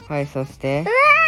はい、そして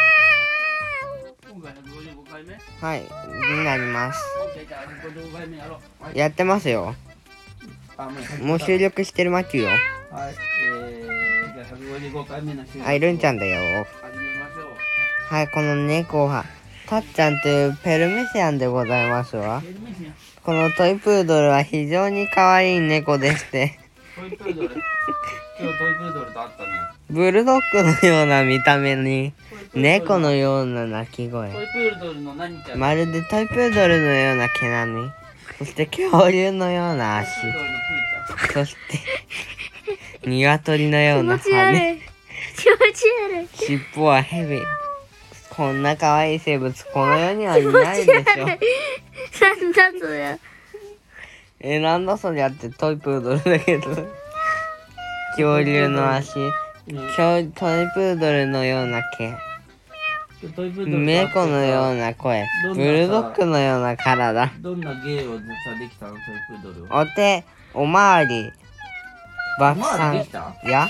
今回155回目はいになります。 OK じゃあ155回目やろう。はい、 やってますよ。もう収録してるマキューよ。 はい、じゃあ155回目の収録はい、ルンちゃんだよ。 始めましょう。 はい、この猫はたっちゃんというペルメシアンでございますわ。 ヘルメシアンこのトイプードルは非常に可愛い猫でして、 トイプードル今日トイプードルと会ったね。 ブルドッグのような見た目に猫のような鳴き声、 トイプードルの何ちゃん、 まるでトイプードルのような毛並み、そして恐竜のような足、 トイプードルのプーちゃん、 そして鶏のような気持ち悪羽、 い。気持ち悪い。 尻尾はヘビ。こんな可愛い生物この世にはいないでしょ。 なんだそれ。 なんだそりゃってトイプードルだけど、恐竜の足、トイプードルのような毛、 トイプードルと会って猫のような声、 どんなさブルドッグのような体、 どんな芸をさできたのトイプードルは。 お手、おまわり、バクおまさん、 わりできたや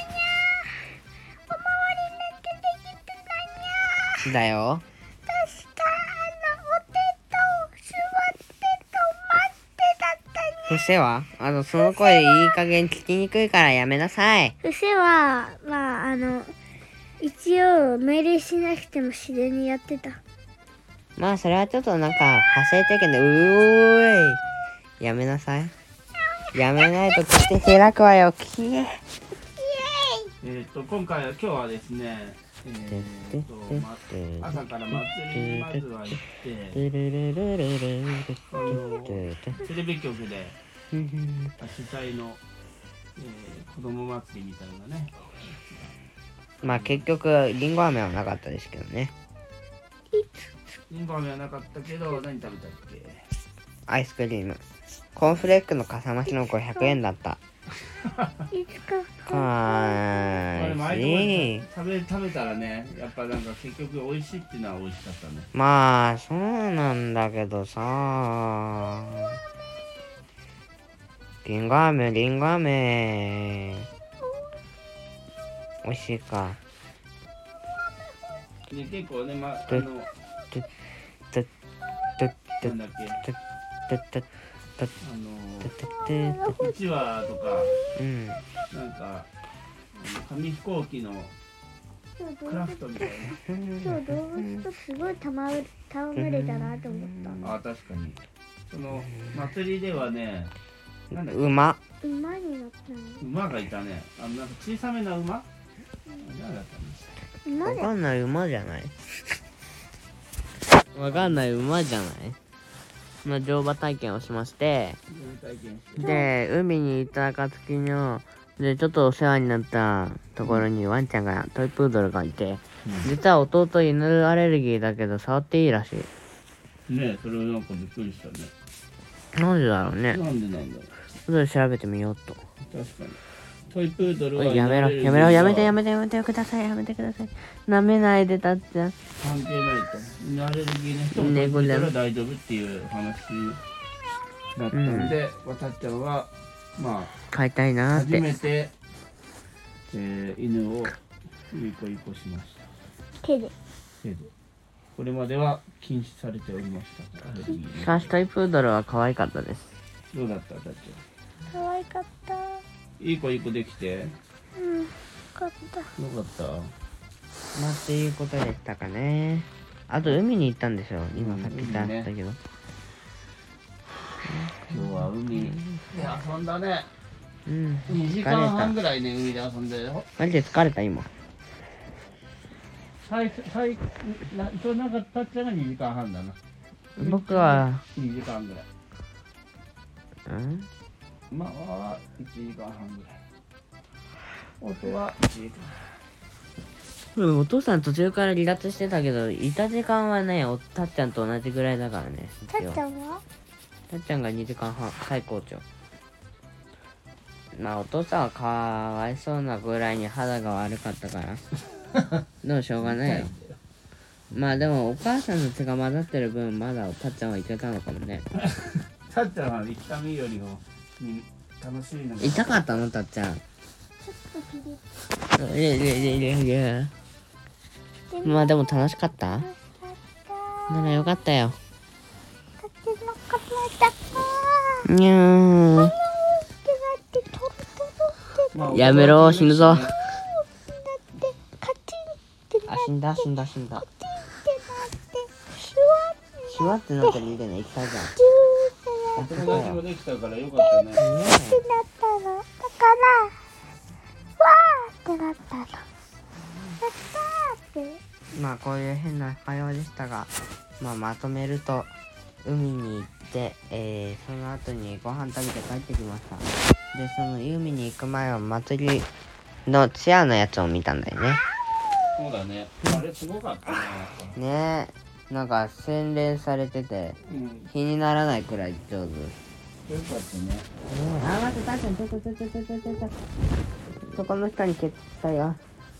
だよ。伏せはその声いい加減聞きにくいからやめなさい。 伏せは、まあ、一応命令しなくても自然にやってた。 まあそれはちょっとなんか派生的で、ーい。やめなさい。やめないと来て開くわよ。 今日はですね、朝から祭りにまずは行って、テレビ局で主催の、子供祭りみたいなね。 まあ結局リンゴ飴はなかったですけどね。 リンゴ飴はなかったけど、何食べたっけ？ アイスクリーム。コーンフレークのかさ増しの500円だった。 いつかかわいい。 食べたらね、やっぱなんか結局美味しいっていうのは美味しかったね。 まあそうなんだけどさ、リンゴ飴美味しいか。 で結構ね、なんだっけ、うちわとか、なんか紙飛行機のクラフトみたい今日動物とすごい戯れたなと思った。 な。あ、確かに。その祭りではね、なんだっけ、 馬馬になったの。 馬がいたね。なんか小さめな馬？何だったの？ 馬だ。 わかんない馬じゃないわかんない馬じゃない。まあ乗馬体験をしまして、で海に行った暁のでちょっとお世話になったところにワンちゃんがトイプードルがいて、実は弟犬アレルギーだけど触っていいらしい。 ねえ、それはなんかびっくりしたね。 なんでだろうね。 なんでなんだろう。 それ調べてみようと。 確かに。トイプードルはやめてください。舐めないでたっちゃん。 関係ないと。アレルギーの人もトイプードルは大丈夫っていう話だったので、たっちゃんはま飼いたいあなーって。 初めて、犬をいこいこしました。 手で。 これまでは禁止されておりました。アレルギーしかしトイプードルは可愛かったです。 どうだったたっちゃん。 可愛かった。 いい子できて。 うん。よかった。 よかった。 まあっていうことでしたかね。あと海に行ったんですよ。今さっき言ったけど。 今日は海で遊んだね。 2 2時間半ぐらいね、海で遊んでよ。 マジで疲れた今。 なんかたっちゃんが2時間半だな。 僕は 2時間ぐらい。 うんまあ1時間半ぐらい。音は1時間。 お父さん途中から離脱してたけど、いた時間はね、たっちゃんと同じぐらいだからね。 たっちゃんは？ たっちゃんが2時間半、最高潮。まあお父さんはかわいそうなぐらいに肌が悪かったからでもしょうがないよ。まあでもお母さんの血が混ざってる分まだたっちゃんはいけたのかもね。 たっちゃんは痛みよりも楽しいのが痛かったのたっちゃん。 ちょっとピリッ。 いやまあでも楽しかったならよかったよ。にゃーん。やめろ、死ぬぞ。あ、死んだ。シュワってなったらいいじゃない、いっぱいじゃん。 友達もできたからよかったね。 まあこういう変な会話でしたが、まあまとめると、海に行って、その後にご飯食べて帰ってきました。で、その海に行く前は祭りのツアーのやつを見たんだよね。 そうだね。あれすごかったね。 ねえ、なんか洗練されてて、気にならないくらい上手。 よかったね。 あ、待って、確かに、そこの下に消ったよ。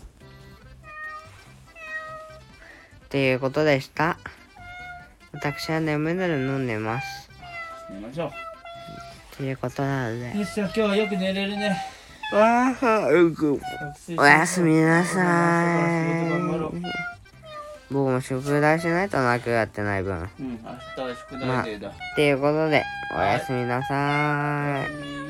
っていうことでした。私は眠るの飲んでます。 寝ましょう。 っていうことなので。 よっしゃ、今日はよく寝れるね。 わあ、おやすみなさい。僕も宿題しないとな、今日やってない分。 明日は宿題デーだ。 っていうことで、おやすみなさい。